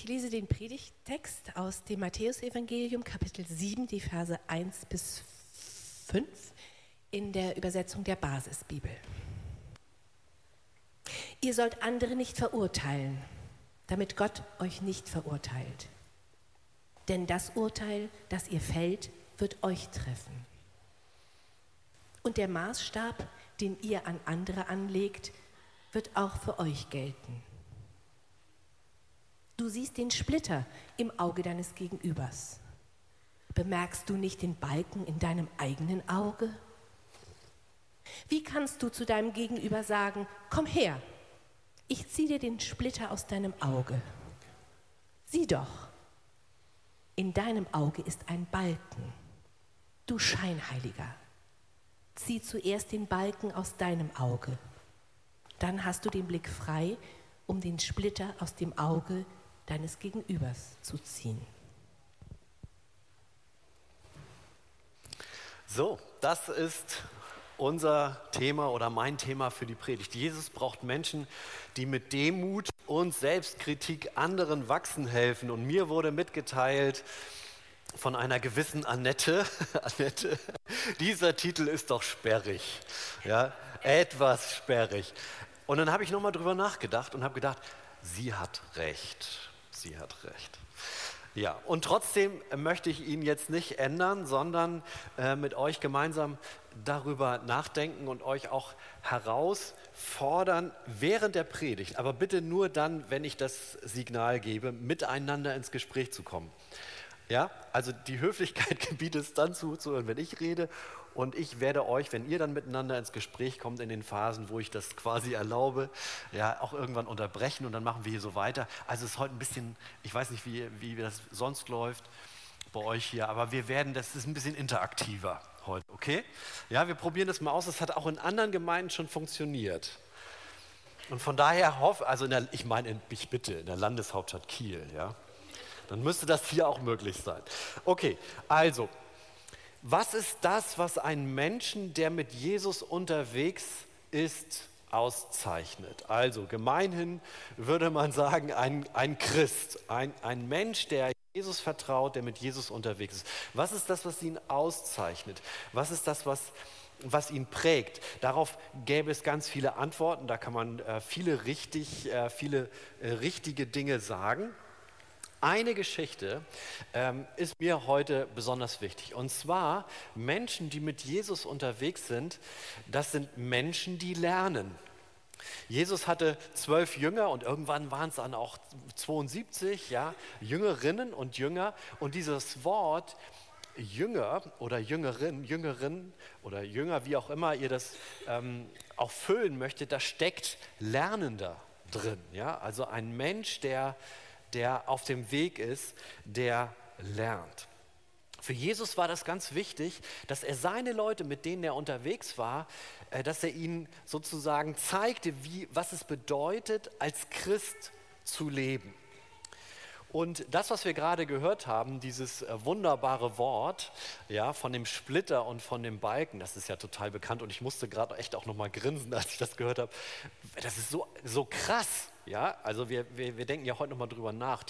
lese den Predigttext aus dem Matthäusevangelium, Kapitel 7, die Verse 1 bis 5 in der Übersetzung der Basisbibel. Ihr sollt andere nicht verurteilen, damit Gott euch nicht verurteilt. Denn das Urteil, das ihr fällt, wird euch treffen. Und der Maßstab, den ihr an andere anlegt, wird auch für euch gelten. Du siehst den Splitter im Auge deines Gegenübers. Bemerkst du nicht den Balken in deinem eigenen Auge? Wie kannst du zu deinem Gegenüber sagen, komm her, ich ziehe dir den Splitter aus deinem Auge? Sieh doch, in deinem Auge ist ein Balken. Du Scheinheiliger, zieh zuerst den Balken aus deinem Auge. Dann hast du den Blick frei, um den Splitter aus dem Auge deines Gegenübers zu ziehen. So, das ist unser Thema oder mein Thema für die Predigt. Jesus braucht Menschen, die mit Demut und Selbstkritik anderen wachsen helfen. Und mir wurde mitgeteilt von einer gewissen Annette, dieser Titel ist doch sperrig, ja, etwas sperrig. Und dann habe ich nochmal drüber nachgedacht und habe gedacht, sie hat recht. Ja, und trotzdem möchte ich ihn jetzt nicht ändern, sondern mit euch gemeinsam darüber nachdenken und euch auch herausfordern während der Predigt, aber bitte nur dann, wenn ich das Signal gebe, miteinander ins Gespräch zu kommen. Ja, also die Höflichkeit gebietet es dann zuzuhören, wenn ich rede, und ich werde euch, wenn ihr dann miteinander ins Gespräch kommt in den Phasen, wo ich das quasi erlaube, ja, auch irgendwann unterbrechen und dann machen wir hier so weiter. Also es ist heute ein bisschen, ich weiß nicht, wie das sonst läuft bei euch hier, aber das ist ein bisschen interaktiver heute, okay? Ja, wir probieren das mal aus, das hat auch in anderen Gemeinden schon funktioniert. Und von daher in der Landeshauptstadt Kiel, ja. Dann müsste das hier auch möglich sein. Okay, also, was ist das, was einen Menschen, der mit Jesus unterwegs ist, auszeichnet? Also, gemeinhin würde man sagen, ein Christ, ein Mensch, der Jesus vertraut, der mit Jesus unterwegs ist. Was ist das, was ihn auszeichnet? Was ist das, was ihn prägt? Darauf gäbe es ganz viele Antworten, da kann man viele richtige Dinge sagen. Eine Geschichte ist mir heute besonders wichtig. Und zwar, Menschen, die mit Jesus unterwegs sind, das sind Menschen, die lernen. Jesus hatte 12 Jünger und irgendwann waren es dann auch 72, ja, Jüngerinnen und Jünger. Und dieses Wort Jünger oder Jüngerin oder Jünger, wie auch immer ihr das auch füllen möchtet, da steckt Lernender drin. Ja? Also ein Mensch, der auf dem Weg ist, der lernt. Für Jesus war das ganz wichtig, dass er seine Leute, mit denen er unterwegs war, dass er ihnen sozusagen zeigte, was es bedeutet, als Christ zu leben. Und das, was wir gerade gehört haben, dieses wunderbare Wort, ja, von dem Splitter und von dem Balken, das ist ja total bekannt und ich musste gerade echt auch nochmal grinsen, als ich das gehört habe. Das ist so krass, ja. Also wir denken ja heute nochmal drüber nach.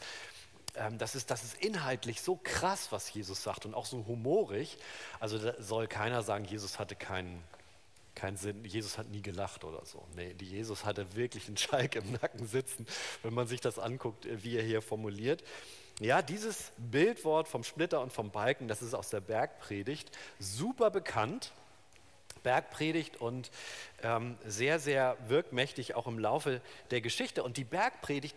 Das ist inhaltlich so krass, was Jesus sagt und auch so humorig. Also da soll keiner sagen, Jesus hatte keinen Sinn, Jesus hat nie gelacht oder so. Nee, Jesus hatte wirklich einen Schalk im Nacken sitzen, wenn man sich das anguckt, wie er hier formuliert. Ja, dieses Bildwort vom Splitter und vom Balken, das ist aus der Bergpredigt, super bekannt. Bergpredigt und sehr, sehr wirkmächtig auch im Laufe der Geschichte. Und die Bergpredigt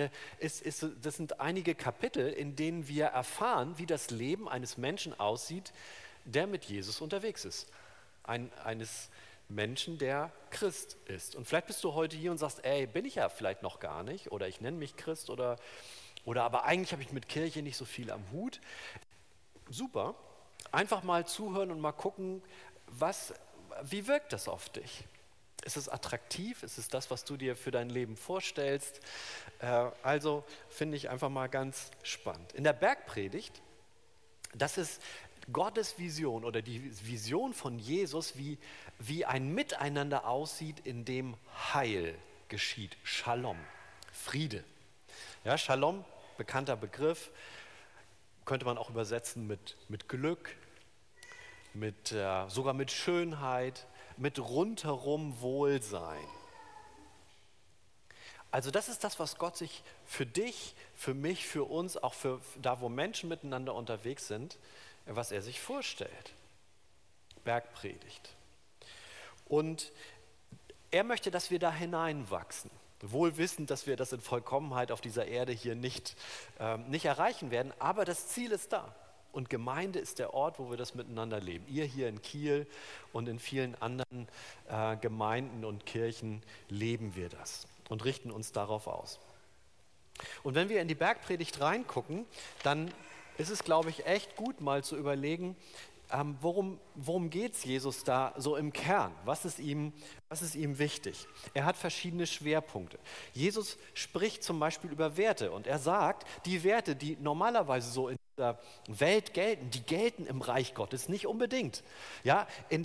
das sind einige Kapitel, in denen wir erfahren, wie das Leben eines Menschen aussieht, der mit Jesus unterwegs ist. Eines Menschen, der Christ ist. Und vielleicht bist du heute hier und sagst, bin ich ja vielleicht noch gar nicht oder ich nenne mich Christ oder aber eigentlich habe ich mit Kirche nicht so viel am Hut. Super, einfach mal zuhören und mal gucken, wie wirkt das auf dich? Ist es attraktiv? Ist es das, was du dir für dein Leben vorstellst? Also finde ich einfach mal ganz spannend. In der Bergpredigt, das ist Gottes Vision oder die Vision von Jesus, wie ein Miteinander aussieht, in dem Heil geschieht. Shalom, Friede. Ja, Shalom bekannter Begriff, könnte man auch übersetzen mit Glück, sogar mit Schönheit, mit rundherum Wohlsein. Also das ist das, was Gott sich für dich, für mich, für uns, auch für da, wo Menschen miteinander unterwegs sind, was er sich vorstellt. Bergpredigt. Und er möchte, dass wir da hineinwachsen. Wohl wissend, dass wir das in Vollkommenheit auf dieser Erde hier nicht erreichen werden, aber das Ziel ist da. Und Gemeinde ist der Ort, wo wir das miteinander leben. Ihr hier in Kiel und in vielen anderen Gemeinden und Kirchen leben wir das und richten uns darauf aus. Und wenn wir in die Bergpredigt reingucken, dann ist es, glaube ich, echt gut, mal zu überlegen, worum geht es Jesus da so im Kern? Was ist ihm wichtig? Er hat verschiedene Schwerpunkte. Jesus spricht zum Beispiel über Werte und er sagt, die Werte, die normalerweise so in der Welt gelten, die gelten im Reich Gottes nicht unbedingt. Ja,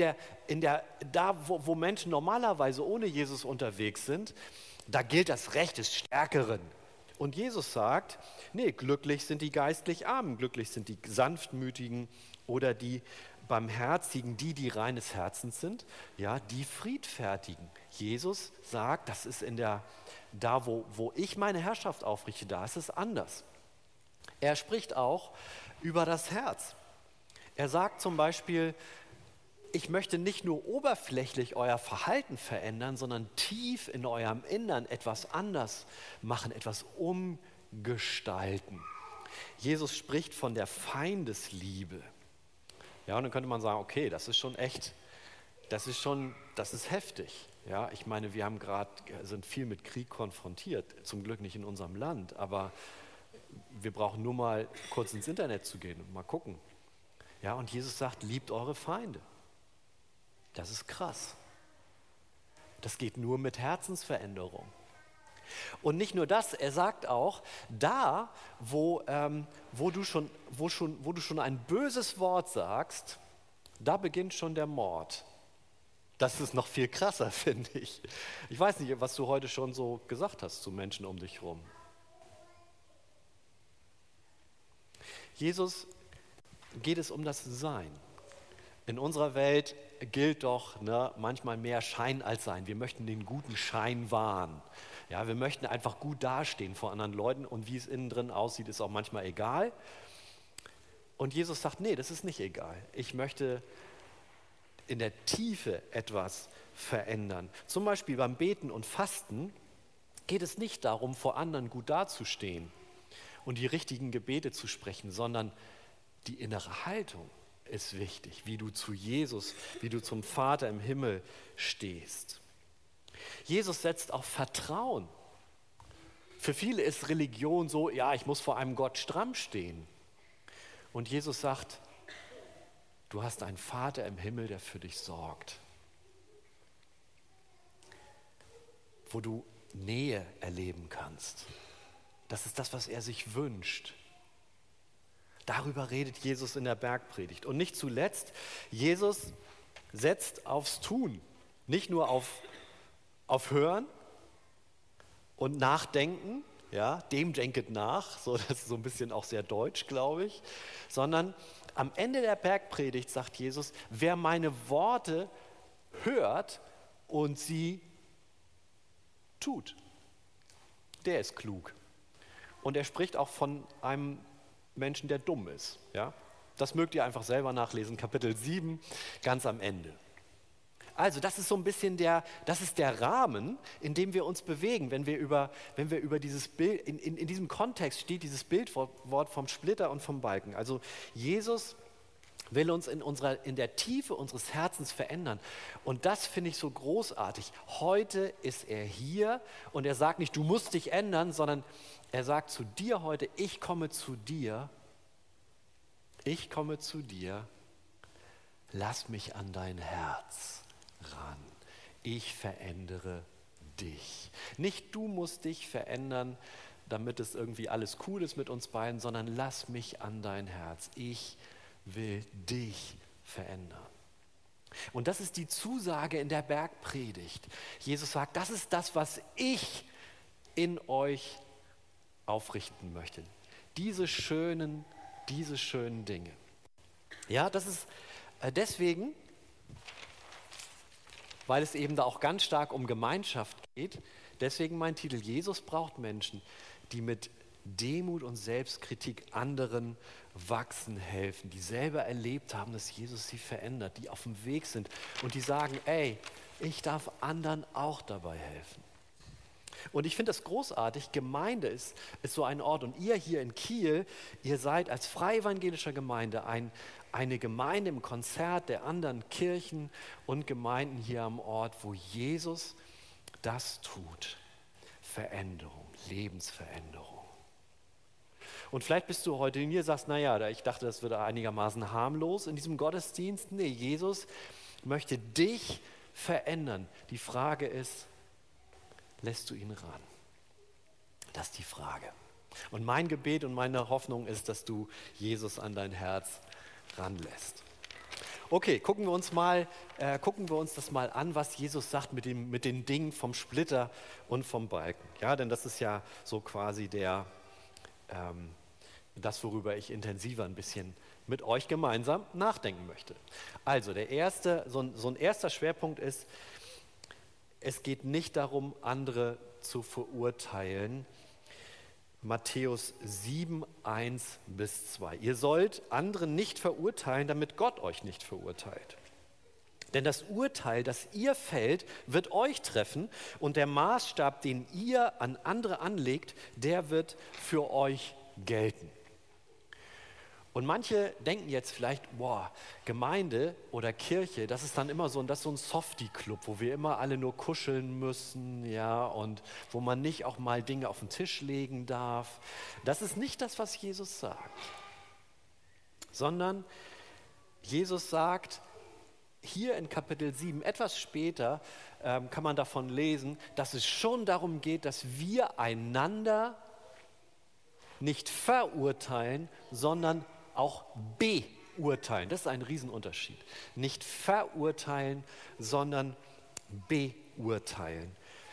wo Menschen normalerweise ohne Jesus unterwegs sind, da gilt das Recht des Stärkeren. Und Jesus sagt, nee, glücklich sind die geistlich Armen, glücklich sind die Sanftmütigen oder die Barmherzigen, die reines Herzens sind, ja, die Friedfertigen. Jesus sagt, das ist wo ich meine Herrschaft aufrichte, da ist es anders. Er spricht auch über das Herz. Er sagt zum Beispiel, ich möchte nicht nur oberflächlich euer Verhalten verändern, sondern tief in eurem Innern etwas anders machen, etwas umgestalten. Jesus spricht von der Feindesliebe. Ja, und dann könnte man sagen, okay, das ist schon echt, das ist heftig. Ja, ich meine, sind viel mit Krieg konfrontiert, zum Glück nicht in unserem Land, aber wir brauchen nur mal kurz ins Internet zu gehen und mal gucken. Ja, und Jesus sagt, liebt eure Feinde. Das ist krass. Das geht nur mit Herzensveränderung. Und nicht nur das, er sagt auch, da, wo du schon ein böses Wort sagst, da beginnt schon der Mord. Das ist noch viel krasser, finde ich. Ich weiß nicht, was du heute schon so gesagt hast zu Menschen um dich herum. Jesus geht es um das Sein. In unserer Welt gilt doch manchmal mehr Schein als Sein. Wir möchten den guten Schein wahren. Ja, wir möchten einfach gut dastehen vor anderen Leuten und wie es innen drin aussieht, ist auch manchmal egal. Und Jesus sagt, nee, das ist nicht egal. Ich möchte in der Tiefe etwas verändern. Zum Beispiel beim Beten und Fasten geht es nicht darum, vor anderen gut dazustehen und die richtigen Gebete zu sprechen, sondern die innere Haltung ist wichtig, wie du zu Jesus, wie du zum Vater im Himmel stehst. Jesus setzt auf Vertrauen. Für viele ist Religion so, ja, ich muss vor einem Gott stramm stehen. Und Jesus sagt, du hast einen Vater im Himmel, der für dich sorgt. Wo du Nähe erleben kannst. Das ist das, was er sich wünscht. Darüber redet Jesus in der Bergpredigt. Und nicht zuletzt, Jesus setzt aufs Tun. Nicht nur auf Hören und Nachdenken, ja, dem denket nach, so, das ist so ein bisschen auch sehr deutsch, glaube ich, sondern am Ende der Bergpredigt sagt Jesus, wer meine Worte hört und sie tut, der ist klug. Und er spricht auch von einem Menschen, der dumm ist. Ja? Das mögt ihr einfach selber nachlesen, Kapitel 7, ganz am Ende. Also das ist so ein bisschen das ist der Rahmen, in dem wir uns bewegen, wenn wir über dieses Bild, in diesem Kontext steht dieses Bildwort vom Splitter und vom Balken. Also Jesus will uns in der Tiefe unseres Herzens verändern. Und das finde ich so großartig. Heute ist er hier und er sagt nicht, du musst dich ändern, sondern er sagt zu dir heute, ich komme zu dir, lass mich an dein Herz ran. Ich verändere dich. Nicht du musst dich verändern, damit es irgendwie alles cool ist mit uns beiden, sondern lass mich an dein Herz. Ich will dich verändern. Und das ist die Zusage in der Bergpredigt. Jesus sagt, das ist das, was ich in euch aufrichten möchte. diese schönen Dinge. Ja, das ist deswegen, weil es eben da auch ganz stark um Gemeinschaft geht, deswegen mein Titel: Jesus braucht Menschen, die mit Demut und Selbstkritik anderen wachsen helfen, die selber erlebt haben, dass Jesus sie verändert, die auf dem Weg sind und die sagen, ey, ich darf anderen auch dabei helfen. Und ich finde das großartig. Gemeinde ist so ein Ort. Und ihr hier in Kiel, ihr seid als freie evangelische Gemeinde eine Gemeinde im Konzert der anderen Kirchen und Gemeinden hier am Ort, wo Jesus das tut. Veränderung, Lebensveränderung. Und vielleicht bist du heute hier und sagst, naja, ich dachte, das wird einigermaßen harmlos in diesem Gottesdienst. Nee, Jesus möchte dich verändern. Die Frage ist, lässt du ihn ran? Das ist die Frage. Und mein Gebet und meine Hoffnung ist, dass du Jesus an dein Herz ranlässt. Okay, gucken wir uns das mal an, was Jesus sagt mit den Dingen vom Splitter und vom Balken. Ja, denn das ist ja so quasi das, worüber ich intensiver ein bisschen mit euch gemeinsam nachdenken möchte. Also so ein erster Schwerpunkt ist, es geht nicht darum, andere zu verurteilen. Matthäus 7, 1-2. Ihr sollt andere nicht verurteilen, damit Gott euch nicht verurteilt. Denn das Urteil, das ihr fällt, wird euch treffen und der Maßstab, den ihr an andere anlegt, der wird für euch gelten. Und manche denken jetzt vielleicht, boah, Gemeinde oder Kirche, das ist dann immer so ein Softie-Club, wo wir immer alle nur kuscheln müssen, ja, und wo man nicht auch mal Dinge auf den Tisch legen darf. Das ist nicht das, was Jesus sagt, sondern Jesus sagt hier in Kapitel 7, etwas später kann man davon lesen, dass es schon darum geht, dass wir einander nicht verurteilen, sondern auch beurteilen. Das ist ein Riesenunterschied. Nicht verurteilen, sondern beurteilen.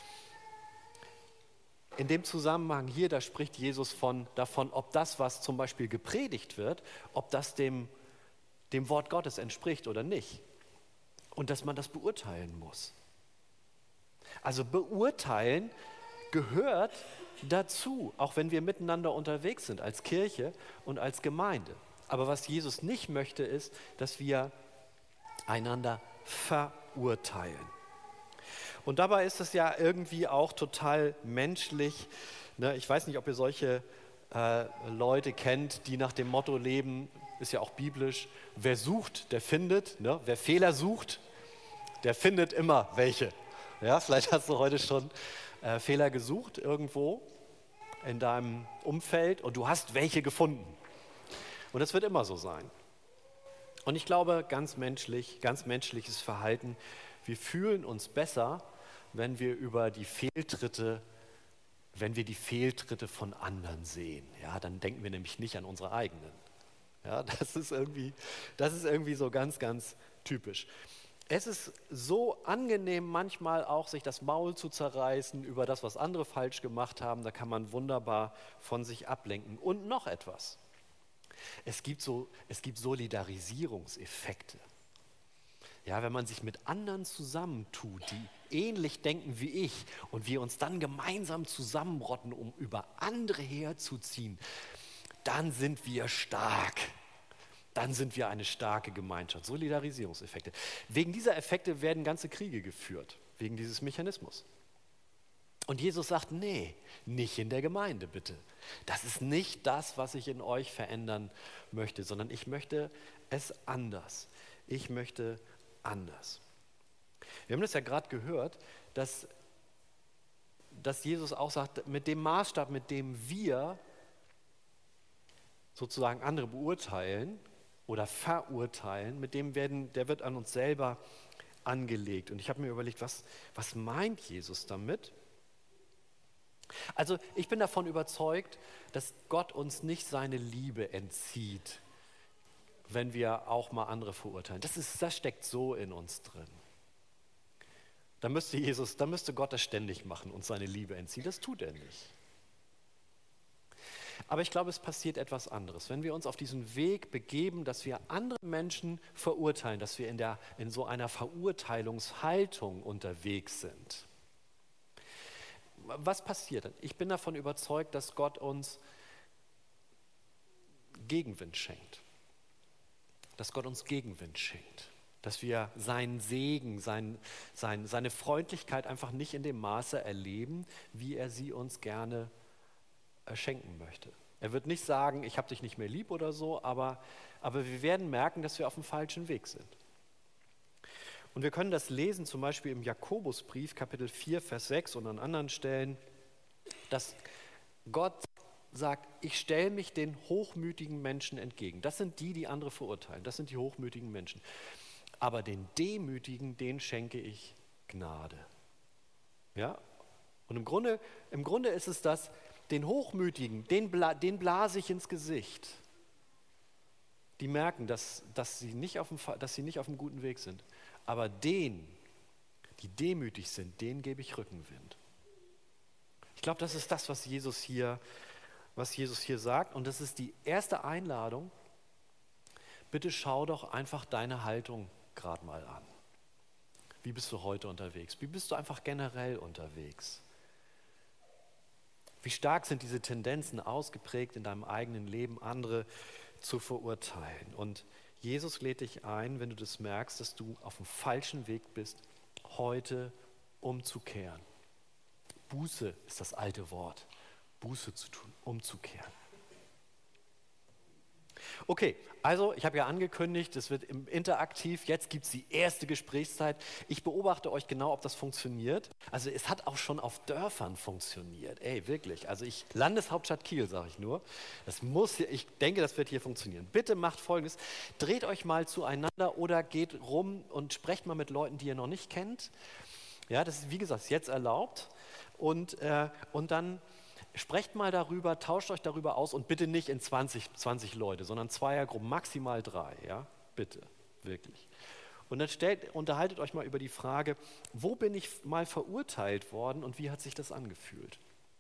In dem Zusammenhang hier, da spricht Jesus davon, ob das, was zum Beispiel gepredigt wird, ob das dem Wort Gottes entspricht oder nicht. Und dass man das beurteilen muss. Also beurteilen gehört dazu, auch wenn wir miteinander unterwegs sind, als Kirche und als Gemeinde. Aber was Jesus nicht möchte, ist, dass wir einander verurteilen. Und dabei ist es ja irgendwie auch total menschlich. Ne? Ich weiß nicht, ob ihr solche Leute kennt, die nach dem Motto leben, ist ja auch biblisch, wer sucht, der findet. Ne? Wer Fehler sucht, der findet immer welche. Ja, vielleicht hast du heute schon Fehler gesucht irgendwo in deinem Umfeld und du hast welche gefunden. Und das wird immer so sein. Und ich glaube, ganz menschliches Verhalten, wir fühlen uns besser, wenn wir die Fehltritte von anderen sehen. Ja, dann denken wir nämlich nicht an unsere eigenen. Ja, das ist irgendwie so ganz, ganz typisch. Es ist so angenehm, manchmal auch sich das Maul zu zerreißen über das, was andere falsch gemacht haben. Da kann man wunderbar von sich ablenken. Und noch etwas. Es gibt Solidarisierungseffekte. Ja, wenn man sich mit anderen zusammentut, die ähnlich denken wie ich und wir uns dann gemeinsam zusammenrotten, um über andere herzuziehen, dann sind wir stark. Dann sind wir eine starke Gemeinschaft. Solidarisierungseffekte. Wegen dieser Effekte werden ganze Kriege geführt, wegen dieses Mechanismus. Und Jesus sagt, nee, nicht in der Gemeinde bitte. Das ist nicht das, was ich in euch verändern möchte, sondern ich möchte es anders. Ich möchte anders. Wir haben das ja gerade gehört, dass Jesus auch sagt, mit dem Maßstab, mit dem wir sozusagen andere beurteilen oder verurteilen, der wird an uns selber angelegt. Und ich habe mir überlegt, was meint Jesus damit? Also ich bin davon überzeugt, dass Gott uns nicht seine Liebe entzieht, wenn wir auch mal andere verurteilen. Das steckt so in uns drin. Da müsste Gott das ständig machen und seine Liebe entziehen. Das tut er nicht. Aber ich glaube, es passiert etwas anderes. Wenn wir uns auf diesen Weg begeben, dass wir andere Menschen verurteilen, dass wir in so einer Verurteilungshaltung unterwegs sind. Was passiert dann? Ich bin davon überzeugt, dass Gott uns Gegenwind schenkt. Dass Gott uns Gegenwind schenkt. Dass wir seinen Segen, seine Freundlichkeit einfach nicht in dem Maße erleben, wie er sie uns gerne schenken möchte. Er wird nicht sagen, ich habe dich nicht mehr lieb oder so, aber wir werden merken, dass wir auf dem falschen Weg sind. Und wir können das lesen, zum Beispiel im Jakobusbrief, Kapitel 4, Vers 6 und an anderen Stellen, dass Gott sagt, ich stelle mich den hochmütigen Menschen entgegen. Das sind die andere verurteilen. Das sind die hochmütigen Menschen. Aber den Demütigen, den schenke ich Gnade. Ja? Und im Grunde ist es das, den Hochmütigen, den blase ich ins Gesicht. Die merken, dass sie nicht auf dem guten Weg sind. Aber denen, die demütig sind, denen gebe ich Rückenwind. Ich glaube, das ist das, was Jesus hier sagt. Und das ist die erste Einladung. Bitte schau doch einfach deine Haltung gerade mal an. Wie bist du heute unterwegs? Wie bist du einfach generell unterwegs? Wie stark sind diese Tendenzen ausgeprägt in deinem eigenen Leben, andere zu verurteilen? Und Jesus lädt dich ein, wenn du das merkst, dass du auf dem falschen Weg bist, heute umzukehren. Buße ist das alte Wort. Buße zu tun, umzukehren. Okay, also ich habe ja angekündigt, es wird interaktiv, jetzt gibt es die erste Gesprächszeit. Ich beobachte euch genau, ob das funktioniert. Also es hat auch schon auf Dörfern funktioniert, wirklich. Also Landeshauptstadt Kiel, sage ich nur. Ich denke, das wird hier funktionieren. Bitte macht Folgendes, dreht euch mal zueinander oder geht rum und sprecht mal mit Leuten, die ihr noch nicht kennt. Ja, das ist, wie gesagt, jetzt erlaubt. Und dann sprecht mal darüber, tauscht euch darüber aus und bitte nicht in 20 Leute, sondern Zweiergruppen, maximal 3, ja, bitte, wirklich. Und dann unterhaltet euch mal über die Frage, wo bin ich mal verurteilt worden und wie hat sich das angefühlt?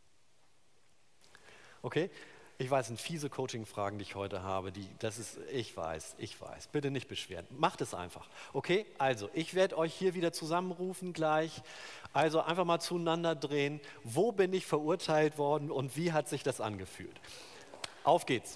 Okay? Ich weiß, sind fiese Coaching-Fragen, die ich heute habe. Ich weiß. Bitte nicht beschweren. Macht es einfach. Okay? Also, ich werde euch hier wieder zusammenrufen gleich. Also einfach mal zueinander drehen. Wo bin ich verurteilt worden und wie hat sich das angefühlt? Auf geht's.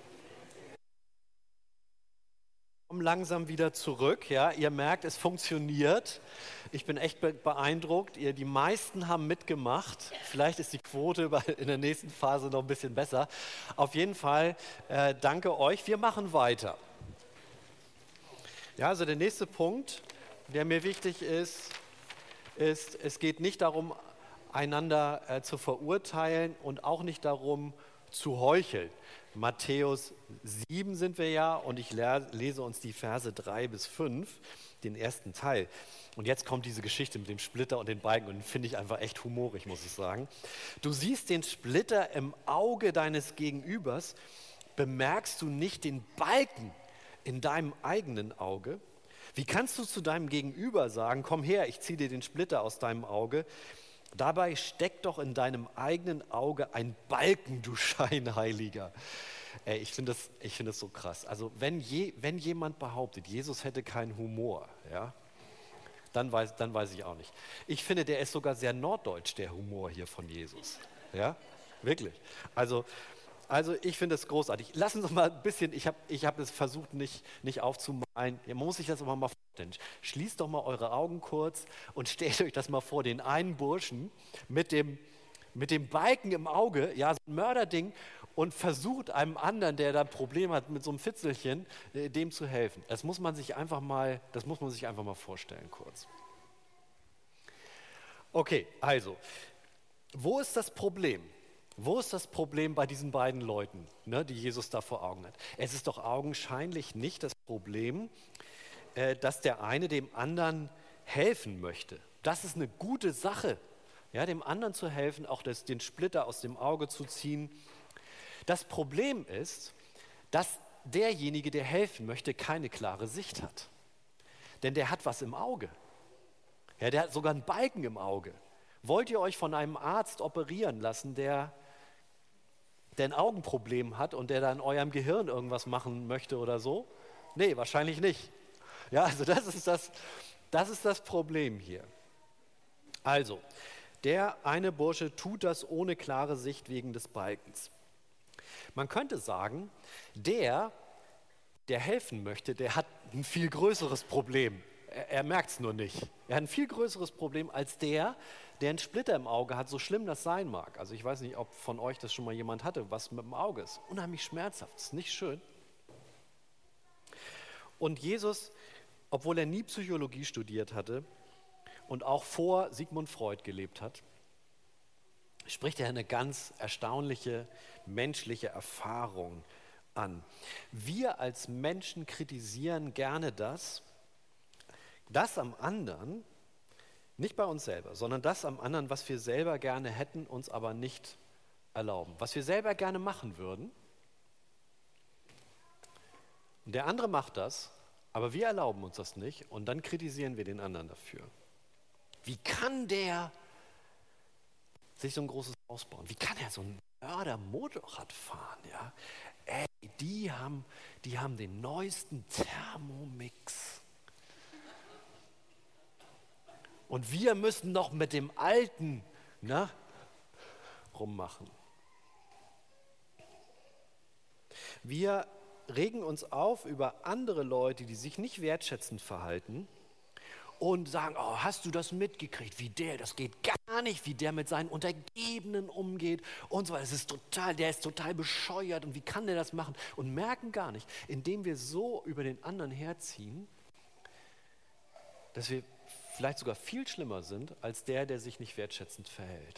Komm langsam wieder zurück. Ja? Ihr merkt, es funktioniert. Ich bin echt beeindruckt. Die meisten haben mitgemacht. Vielleicht ist die Quote in der nächsten Phase noch ein bisschen besser. Auf jeden Fall danke euch. Wir machen weiter. Ja, also der nächste Punkt, der mir wichtig ist, es geht nicht darum, einander zu verurteilen und auch nicht darum, zu heucheln. Matthäus 7 sind wir ja und ich lese uns die Verse 3 bis 5, den ersten Teil. Und jetzt kommt diese Geschichte mit dem Splitter und den Balken und den finde ich einfach echt humorig, muss ich sagen. Du siehst den Splitter im Auge deines Gegenübers, bemerkst du nicht den Balken in deinem eigenen Auge? Wie kannst du zu deinem Gegenüber sagen, komm her, ich ziehe dir den Splitter aus deinem Auge? Dabei steckt doch in deinem eigenen Auge ein Balken, du Scheinheiliger. Ich finde das so krass. Also wenn jemand behauptet, Jesus hätte keinen Humor, ja, dann weiß ich auch nicht. Ich finde, der ist sogar sehr norddeutsch, der Humor hier von Jesus. Ja, wirklich. Also ich finde es großartig. Lass uns doch mal ein bisschen, ich hab es versucht nicht aufzumalen, man muss sich das aber mal vorstellen. Schließt doch mal eure Augen kurz und stellt euch das mal vor, den einen Burschen mit dem Balken im Auge, ja, so ein Mörderding, und versucht einem anderen, der da ein Problem hat mit so einem Fitzelchen, dem zu helfen. Das muss man sich einfach mal vorstellen kurz. Okay, also, wo ist das Problem? Wo ist das Problem bei diesen beiden Leuten, die Jesus da vor Augen hat? Es ist doch augenscheinlich nicht das Problem, dass der eine dem anderen helfen möchte. Das ist eine gute Sache, ja, dem anderen zu helfen, auch den Splitter aus dem Auge zu ziehen. Das Problem ist, dass derjenige, der helfen möchte, keine klare Sicht hat. Denn der hat was im Auge. Ja, der hat sogar einen Balken im Auge. Wollt ihr euch von einem Arzt operieren lassen, der der ein Augenproblem hat und der da in eurem Gehirn irgendwas machen möchte oder so? Nee, wahrscheinlich nicht. Ja, also das ist das Problem hier. Also, der eine Bursche tut das ohne klare Sicht wegen des Balkens. Man könnte sagen, der helfen möchte, der hat ein viel größeres Problem. Er merkt es nur nicht. Er hat ein viel größeres Problem als der einen Splitter im Auge hat, so schlimm das sein mag. Also ich weiß nicht, ob von euch das schon mal jemand hatte, was mit dem Auge ist. Unheimlich schmerzhaft, ist nicht schön. Und Jesus, obwohl er nie Psychologie studiert hatte und auch vor Sigmund Freud gelebt hat, spricht er eine ganz erstaunliche menschliche Erfahrung an. Wir als Menschen kritisieren gerne das am anderen, nicht bei uns selber, sondern das am anderen, was wir selber gerne hätten, uns aber nicht erlauben. Was wir selber gerne machen würden. Und der andere macht das, aber wir erlauben uns das nicht und dann kritisieren wir den anderen dafür. Wie kann der sich so ein großes Haus bauen? Wie kann er so ein Mörder-Motorrad fahren? Ja? Ey, die haben den neuesten Thermomix. Und wir müssen noch mit dem Alten rummachen. Wir regen uns auf über andere Leute, die sich nicht wertschätzend verhalten und sagen, oh, hast du das mitgekriegt, das geht gar nicht, wie der mit seinen Untergebenen umgeht und so weiter. Der ist total bescheuert und wie kann der das machen? Und merken gar nicht, indem wir so über den anderen herziehen, dass wir vielleicht sogar viel schlimmer sind als der sich nicht wertschätzend verhält.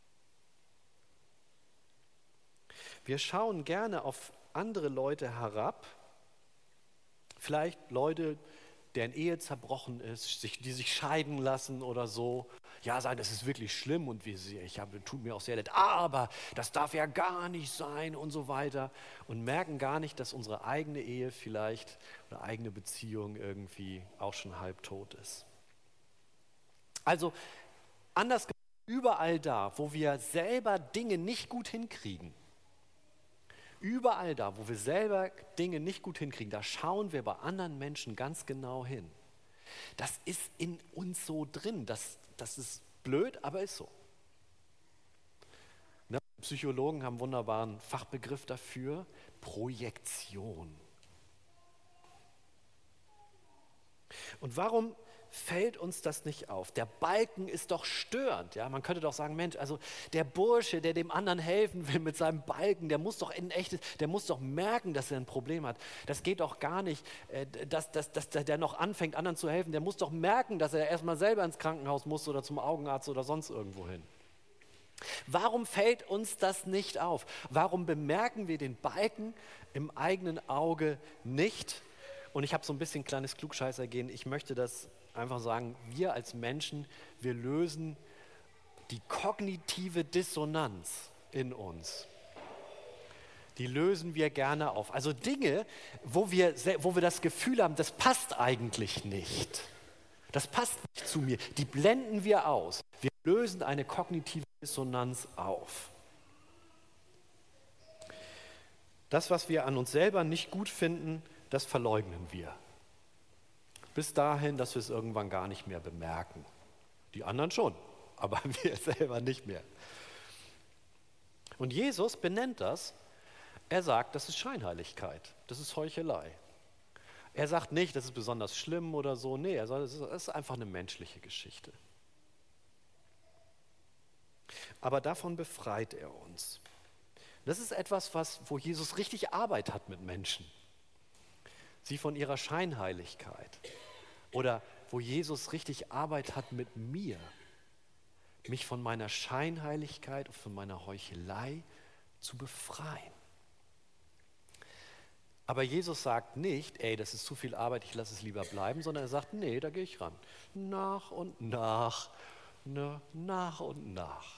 Wir schauen gerne auf andere Leute herab, vielleicht Leute, deren Ehe zerbrochen ist, die sich scheiden lassen oder so. Ja, sagen, das ist wirklich schlimm und tut mir auch sehr leid, aber das darf ja gar nicht sein und so weiter. Und merken gar nicht, dass unsere eigene Ehe vielleicht oder eigene Beziehung irgendwie auch schon halbtot ist. Also anders gesagt, überall da, wo wir selber Dinge nicht gut hinkriegen, überall da, wo wir selber Dinge nicht gut hinkriegen, da schauen wir bei anderen Menschen ganz genau hin. Das ist in uns so drin, das ist blöd, aber ist so. Ne? Psychologen haben einen wunderbaren Fachbegriff dafür, Projektion. Und warum fällt uns das nicht auf? Der Balken ist doch störend. Ja? Man könnte doch sagen, Mensch, also der Bursche, der dem anderen helfen will mit seinem Balken, der muss doch merken, dass er ein Problem hat. Das geht doch gar nicht, dass der noch anfängt, anderen zu helfen. Der muss doch merken, dass er erstmal selber ins Krankenhaus muss oder zum Augenarzt oder sonst irgendwo hin. Warum fällt uns das nicht auf? Warum bemerken wir den Balken im eigenen Auge nicht? Und ich habe so ein bisschen kleines Klugscheißergehen. Ich möchte das einfach sagen, wir als Menschen, wir lösen die kognitive Dissonanz in uns. Die lösen wir gerne auf. Also Dinge, wo wir das Gefühl haben, das passt eigentlich nicht. Das passt nicht zu mir. Die blenden wir aus. Wir lösen eine kognitive Dissonanz auf. Das, was wir an uns selber nicht gut finden, das verleugnen wir. Bis dahin, dass wir es irgendwann gar nicht mehr bemerken. Die anderen schon, aber wir selber nicht mehr. Und Jesus benennt das. Er sagt, das ist Scheinheiligkeit, das ist Heuchelei. Er sagt nicht, das ist besonders schlimm oder so. Nee, er sagt, das ist einfach eine menschliche Geschichte. Aber davon befreit er uns. Das ist etwas, wo Jesus richtig Arbeit hat mit Menschen. Sie von ihrer Scheinheiligkeit. Oder wo Jesus richtig Arbeit hat mit mir. Mich von meiner Scheinheiligkeit und von meiner Heuchelei zu befreien. Aber Jesus sagt nicht, das ist zu viel Arbeit, ich lasse es lieber bleiben, sondern er sagt, nee, da gehe ich ran. Nach und nach, nach und nach.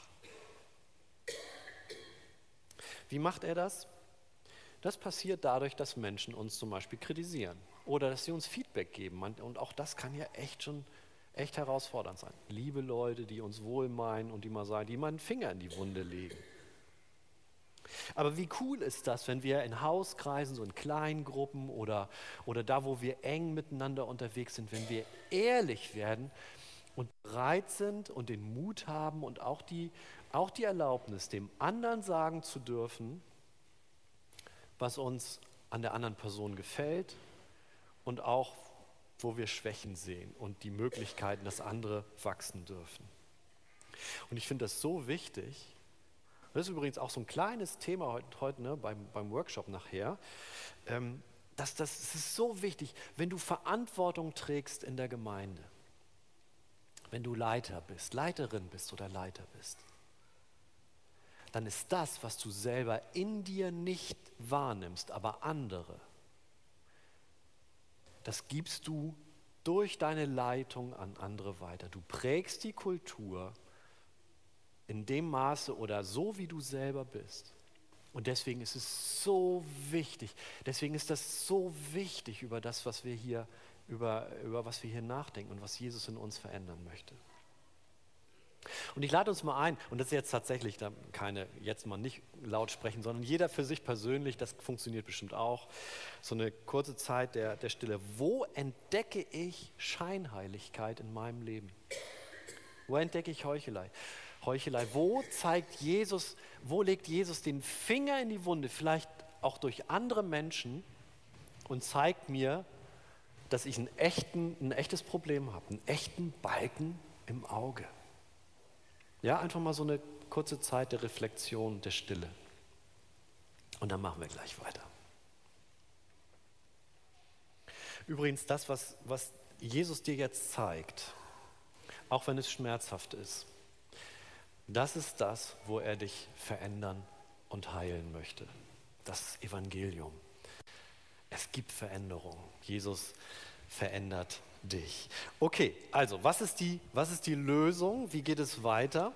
Wie macht er das? Das passiert dadurch, dass Menschen uns zum Beispiel kritisieren oder dass sie uns Feedback geben. Und auch das kann ja echt herausfordernd sein. Liebe Leute, die uns wohl meinen und die mal einen Finger in die Wunde legen. Aber wie cool ist das, wenn wir in Hauskreisen, so in kleinen Gruppen oder da, wo wir eng miteinander unterwegs sind, wenn wir ehrlich werden und bereit sind und den Mut haben und auch die Erlaubnis, dem anderen sagen zu dürfen, was uns an der anderen Person gefällt und auch, wo wir Schwächen sehen und die Möglichkeiten, dass andere wachsen dürfen. Und ich finde das so wichtig. Das ist übrigens auch so ein kleines Thema heute ne, beim Workshop nachher. Das ist so wichtig, wenn du Verantwortung trägst in der Gemeinde, wenn du Leiter bist, Leiterin bist oder Leiter bist, dann ist das, was du selber in dir nicht wahrnimmst, aber andere, das gibst du durch deine Leitung an andere weiter. Du prägst die Kultur in dem Maße oder so, wie du selber bist. Und deswegen ist es so wichtig, deswegen ist das so wichtig über das, was wir hier, über was wir hier nachdenken und was Jesus in uns verändern möchte. Und ich lade uns mal ein, und das ist jetzt tatsächlich jetzt mal nicht laut sprechen, sondern jeder für sich persönlich, das funktioniert bestimmt auch, so eine kurze Zeit der Stille. Wo entdecke ich Scheinheiligkeit in meinem Leben? Wo entdecke ich Heuchelei? Wo legt Jesus den Finger in die Wunde, vielleicht auch durch andere Menschen und zeigt mir, dass ich ein echtes Problem habe, einen echten Balken im Auge. Ja, einfach mal so eine kurze Zeit der Reflexion, der Stille. Und dann machen wir gleich weiter. Übrigens, das, was Jesus dir jetzt zeigt, auch wenn es schmerzhaft ist, das ist das, wo er dich verändern und heilen möchte. Das Evangelium. Es gibt Veränderung. Jesus verändert dich. Okay, also was ist die Lösung? Wie geht es weiter?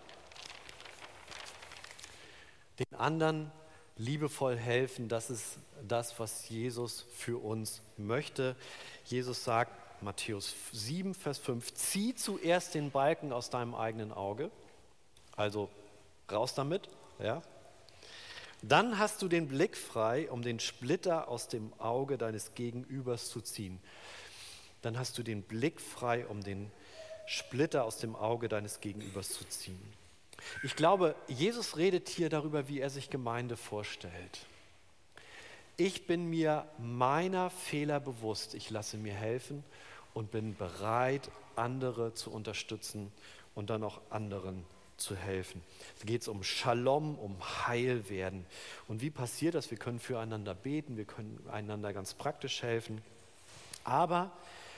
Den anderen liebevoll helfen, das ist das, was Jesus für uns möchte. Jesus sagt, Matthäus 7, Vers 5, zieh zuerst den Balken aus deinem eigenen Auge, also raus damit, ja. Dann hast du den Blick frei, um den Splitter aus dem Auge deines Gegenübers zu ziehen. Dann hast du den Blick frei, um den Splitter aus dem Auge deines Gegenübers zu ziehen. Ich glaube, Jesus redet hier darüber, wie er sich Gemeinde vorstellt. Ich bin mir meiner Fehler bewusst, ich lasse mir helfen und bin bereit, andere zu unterstützen und dann auch anderen zu helfen. Es geht um Shalom, um Heilwerden. Und wie passiert das? Wir können füreinander beten, wir können einander ganz praktisch helfen. Aber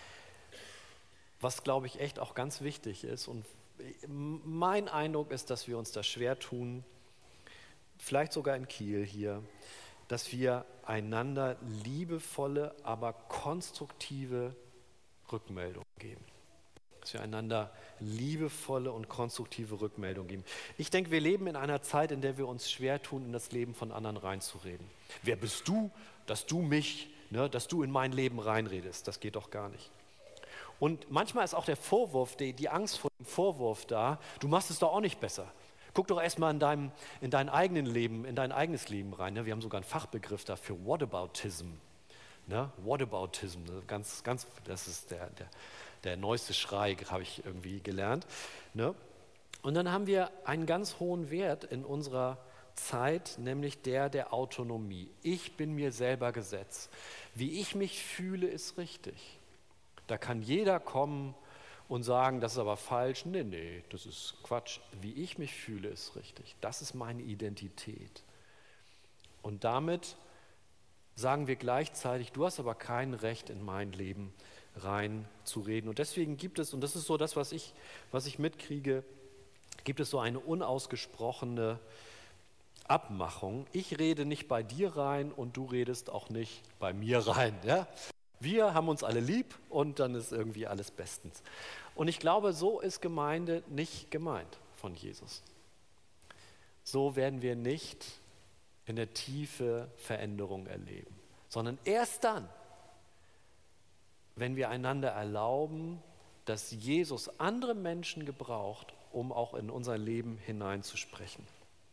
was, glaube ich, echt auch ganz wichtig ist, und mein Eindruck ist, dass wir uns da schwer tun, vielleicht sogar in Kiel hier, dass wir einander liebevolle, aber konstruktive Rückmeldungen geben. Dass wir einander liebevolle und konstruktive Rückmeldungen geben. Ich denke, wir leben in einer Zeit, in der wir uns schwer tun, in das Leben von anderen reinzureden. Wer bist du, dass du in mein Leben reinredest? Das geht doch gar nicht. Und manchmal ist auch der Vorwurf, die Angst vor dem Vorwurf da, du machst es doch auch nicht besser. Guck doch erstmal in dein eigenes Leben rein. Ne? Wir haben sogar einen Fachbegriff dafür, Whataboutism. Ne? Whataboutism, das ist der neueste Schrei, habe ich irgendwie gelernt. Ne? Und dann haben wir einen ganz hohen Wert in unserer Zeit, nämlich der Autonomie. Ich bin mir selber Gesetz. Wie ich mich fühle, ist richtig. Da kann jeder kommen und sagen, das ist aber falsch. Nee, das ist Quatsch. Wie ich mich fühle, ist richtig. Das ist meine Identität. Und damit sagen wir gleichzeitig, du hast aber kein Recht, in mein Leben reinzureden. Und deswegen gibt es, und das ist so das, was ich mitkriege, gibt es so eine unausgesprochene Abmachung. Ich rede nicht bei dir rein und du redest auch nicht bei mir rein. Ja? Wir haben uns alle lieb und dann ist irgendwie alles bestens. Und ich glaube, so ist Gemeinde nicht gemeint von Jesus. So werden wir nicht in der Tiefe Veränderung erleben, sondern erst dann, wenn wir einander erlauben, dass Jesus andere Menschen gebraucht, um auch in unser Leben hineinzusprechen.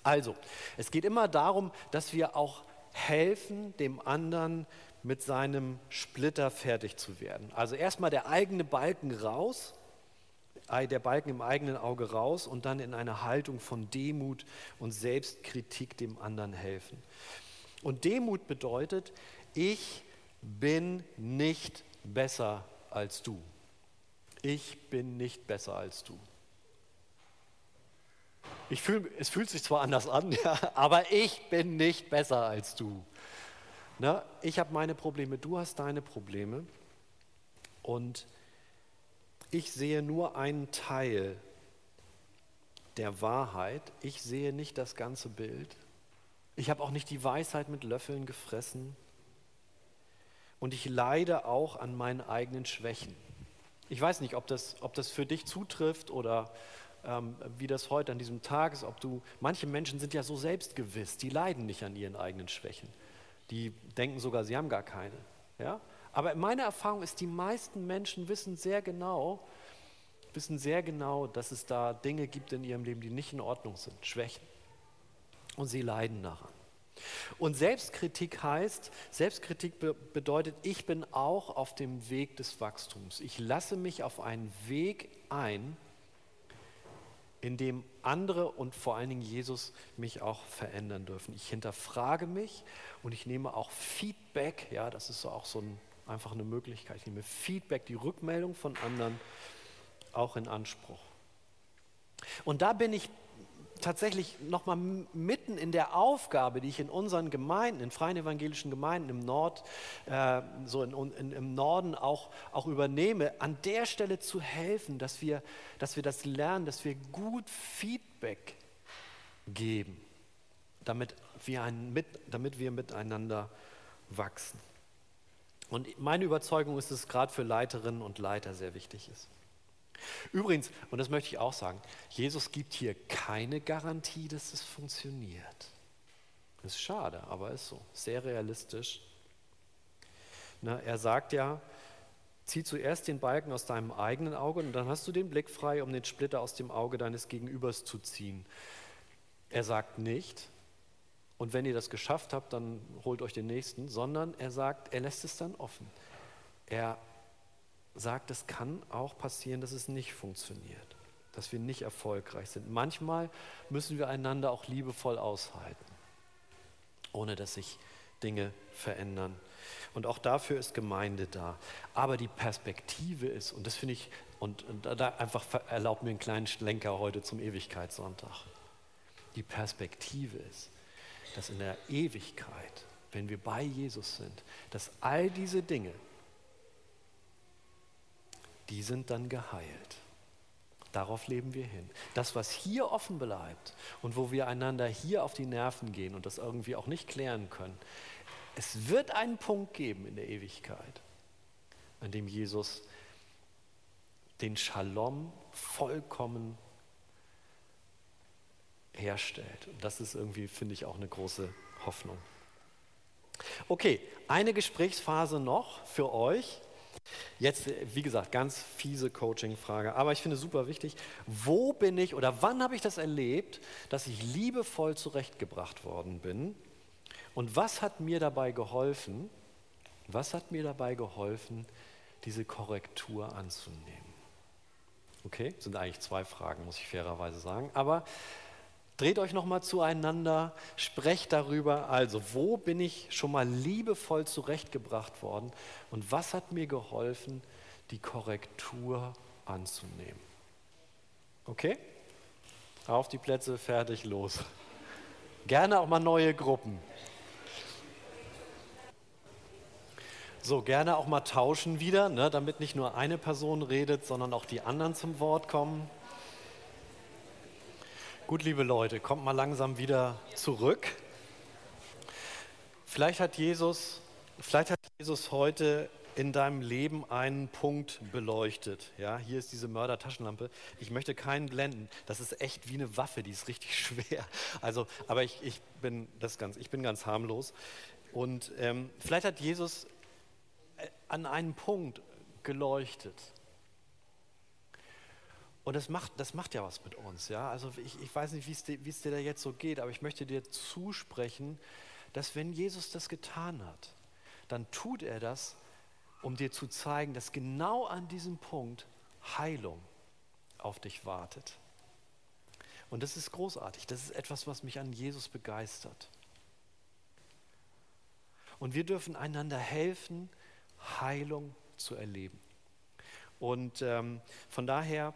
Also, es geht immer darum, dass wir auch helfen, dem anderen mit seinem Splitter fertig zu werden. Also erstmal der eigene Balken raus, der Balken im eigenen Auge raus und dann in eine Haltung von Demut und Selbstkritik dem anderen helfen. Und Demut bedeutet, ich bin nicht besser als du. Ich bin nicht besser als du. Es fühlt sich zwar anders an, ja, aber ich bin nicht besser als du. Na, ich habe meine Probleme, du hast deine Probleme. Und ich sehe nur einen Teil der Wahrheit. Ich sehe nicht das ganze Bild. Ich habe auch nicht die Weisheit mit Löffeln gefressen. Und ich leide auch an meinen eigenen Schwächen. Ich weiß nicht, ob das für dich zutrifft oder wie das heute an diesem Tag ist. Manche Menschen sind ja so selbstgewiss, die leiden nicht an ihren eigenen Schwächen. Die denken sogar, sie haben gar keine. Ja? Aber meine Erfahrung ist, die meisten Menschen wissen sehr genau, dass es da Dinge gibt in ihrem Leben, die nicht in Ordnung sind, Schwächen. Und sie leiden daran. Und Selbstkritik bedeutet, ich bin auch auf dem Weg des Wachstums. Ich lasse mich auf einen Weg ein, in dem andere und vor allen Dingen Jesus mich auch verändern dürfen. Ich hinterfrage mich und ich nehme auch Feedback, ja, das ist auch einfach eine Möglichkeit. Ich nehme Feedback, die Rückmeldung von anderen auch in Anspruch. Und da bin ich tatsächlich nochmal mitten in der Aufgabe, die ich in unseren Gemeinden, in freien evangelischen Gemeinden im Norden auch übernehme, an der Stelle zu helfen, dass wir das lernen, dass wir gut Feedback geben, damit wir miteinander wachsen. Und meine Überzeugung ist, dass es gerade für Leiterinnen und Leiter sehr wichtig ist. Übrigens, und das möchte ich auch sagen, Jesus gibt hier keine Garantie, dass es funktioniert. Das ist schade, aber ist so, sehr realistisch. Er sagt ja, zieh zuerst den Balken aus deinem eigenen Auge und dann hast du den Blick frei, um den Splitter aus dem Auge deines Gegenübers zu ziehen. Er sagt nicht, und wenn ihr das geschafft habt, dann holt euch den nächsten, sondern er lässt es dann offen. Er sagt, es kann auch passieren, dass es nicht funktioniert, dass wir nicht erfolgreich sind. Manchmal müssen wir einander auch liebevoll aushalten, ohne dass sich Dinge verändern. Und auch dafür ist Gemeinde da. Aber die Perspektive ist, und das finde ich, und da einfach erlaubt mir einen kleinen Schlenker heute zum Ewigkeitssonntag. Die Perspektive ist, dass in der Ewigkeit, wenn wir bei Jesus sind, dass all diese Dinge, die sind dann geheilt. Darauf leben wir hin. Das, was hier offen bleibt und wo wir einander hier auf die Nerven gehen und das irgendwie auch nicht klären können, es wird einen Punkt geben in der Ewigkeit, an dem Jesus den Shalom vollkommen herstellt. Und das ist irgendwie, finde ich, auch eine große Hoffnung. Okay, eine Gesprächsphase noch für euch. Jetzt, wie gesagt, ganz fiese Coaching-Frage, aber ich finde es super wichtig. Wo bin ich oder wann habe ich das erlebt, dass ich liebevoll zurechtgebracht worden bin? Und was hat mir dabei geholfen? Diese Korrektur anzunehmen? Okay, sind eigentlich 2 Fragen, muss ich fairerweise sagen. Aber dreht euch nochmal zueinander, sprecht darüber, also wo bin ich schon mal liebevoll zurechtgebracht worden und was hat mir geholfen, die Korrektur anzunehmen. Okay? Auf die Plätze, fertig, los. Gerne auch mal neue Gruppen. So, gerne auch mal tauschen wieder, ne, damit nicht nur eine Person redet, sondern auch die anderen zum Wort kommen. Gut, liebe Leute, kommt mal langsam wieder zurück. Vielleicht hat Jesus heute in deinem Leben einen Punkt beleuchtet. Ja, hier ist diese Mörder-Taschenlampe. Ich möchte keinen blenden. Das ist echt wie eine Waffe, die ist richtig schwer. Also, aber ich bin ganz harmlos. Und vielleicht hat Jesus an einen Punkt geleuchtet. Und das macht ja was mit uns. Ja? Also ich weiß nicht, wie es dir da jetzt so geht, aber ich möchte dir zusprechen, dass wenn Jesus das getan hat, dann tut er das, um dir zu zeigen, dass genau an diesem Punkt Heilung auf dich wartet. Und das ist großartig. Das ist etwas, was mich an Jesus begeistert. Und wir dürfen einander helfen, Heilung zu erleben. Und von daher,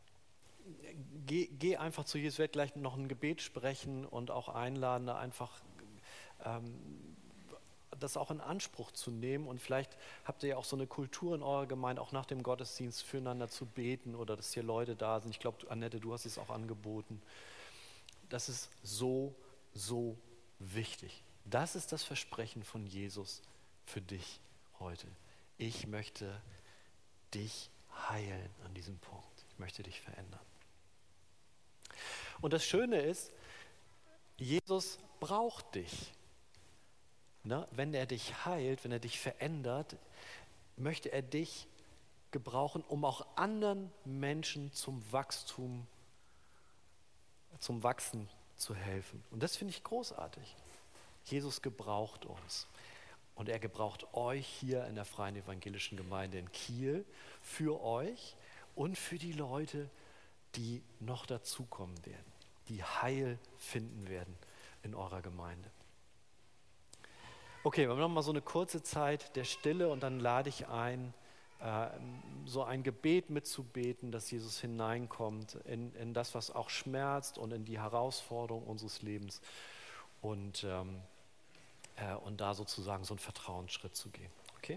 geh einfach zu Jesus. Ich werde gleich noch ein Gebet sprechen und auch einladen, da einfach das auch in Anspruch zu nehmen. Und vielleicht habt ihr ja auch so eine Kultur in eurer Gemeinde, auch nach dem Gottesdienst füreinander zu beten oder dass hier Leute da sind. Ich glaube, Annette, du hast es auch angeboten. Das ist so, so wichtig. Das ist das Versprechen von Jesus für dich heute. Ich möchte dich heilen an diesem Punkt. Ich möchte dich verändern. Und das Schöne ist, Jesus braucht dich. Ne? Wenn er dich heilt, wenn er dich verändert, möchte er dich gebrauchen, um auch anderen Menschen zum Wachsen zu helfen. Und das finde ich großartig. Jesus gebraucht uns. Und er gebraucht euch hier in der Freien Evangelischen Gemeinde in Kiel, für euch und für die Leute, die noch dazukommen werden, die Heil finden werden in eurer Gemeinde. Okay, wir haben noch mal so eine kurze Zeit der Stille und dann lade ich ein, so ein Gebet mitzubeten, dass Jesus hineinkommt in das, was auch schmerzt und in die Herausforderung unseres Lebens und da sozusagen so einen Vertrauensschritt zu gehen. Okay?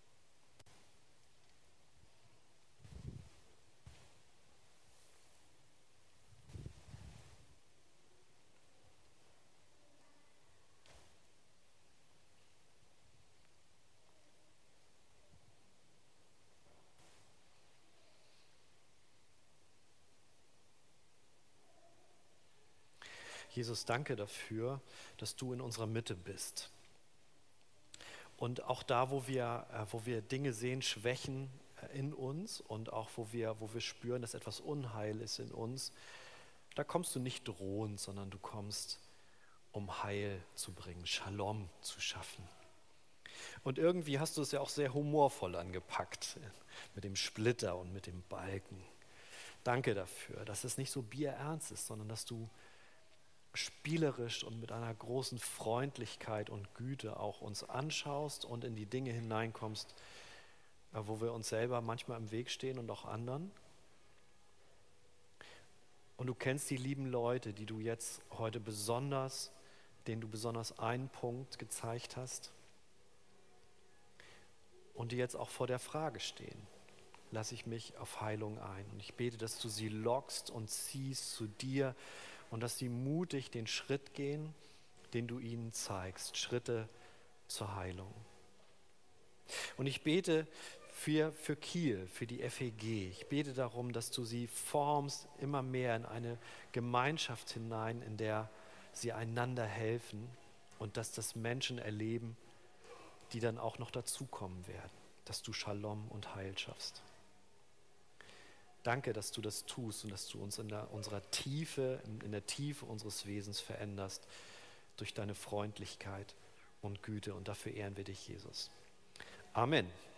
Jesus, danke dafür, dass du in unserer Mitte bist. Und auch da, wo wir Dinge sehen, Schwächen in uns und auch wo wir spüren, dass etwas Unheil ist in uns, da kommst du nicht drohend, sondern du kommst, um Heil zu bringen, Shalom zu schaffen. Und irgendwie hast du es ja auch sehr humorvoll angepackt, mit dem Splitter und mit dem Balken. Danke dafür, dass es nicht so bierernst ist, sondern dass du spielerisch und mit einer großen Freundlichkeit und Güte auch uns anschaust und in die Dinge hineinkommst, wo wir uns selber manchmal im Weg stehen und auch anderen. Und du kennst die lieben Leute, die du jetzt heute denen du besonders einen Punkt gezeigt hast und die jetzt auch vor der Frage stehen: Lasse ich mich auf Heilung ein? Und ich bete, dass du sie lockst und ziehst zu dir und dass sie mutig den Schritt gehen, den du ihnen zeigst, Schritte zur Heilung. Und ich bete für Kiel, für die FEG. Ich bete darum, dass du sie formst immer mehr in eine Gemeinschaft hinein, in der sie einander helfen und dass das Menschen erleben, die dann auch noch dazukommen werden, dass du Shalom und Heil schaffst. Danke, dass du das tust und dass du uns in der Tiefe unseres Wesens veränderst durch deine Freundlichkeit und Güte. Und dafür ehren wir dich, Jesus. Amen.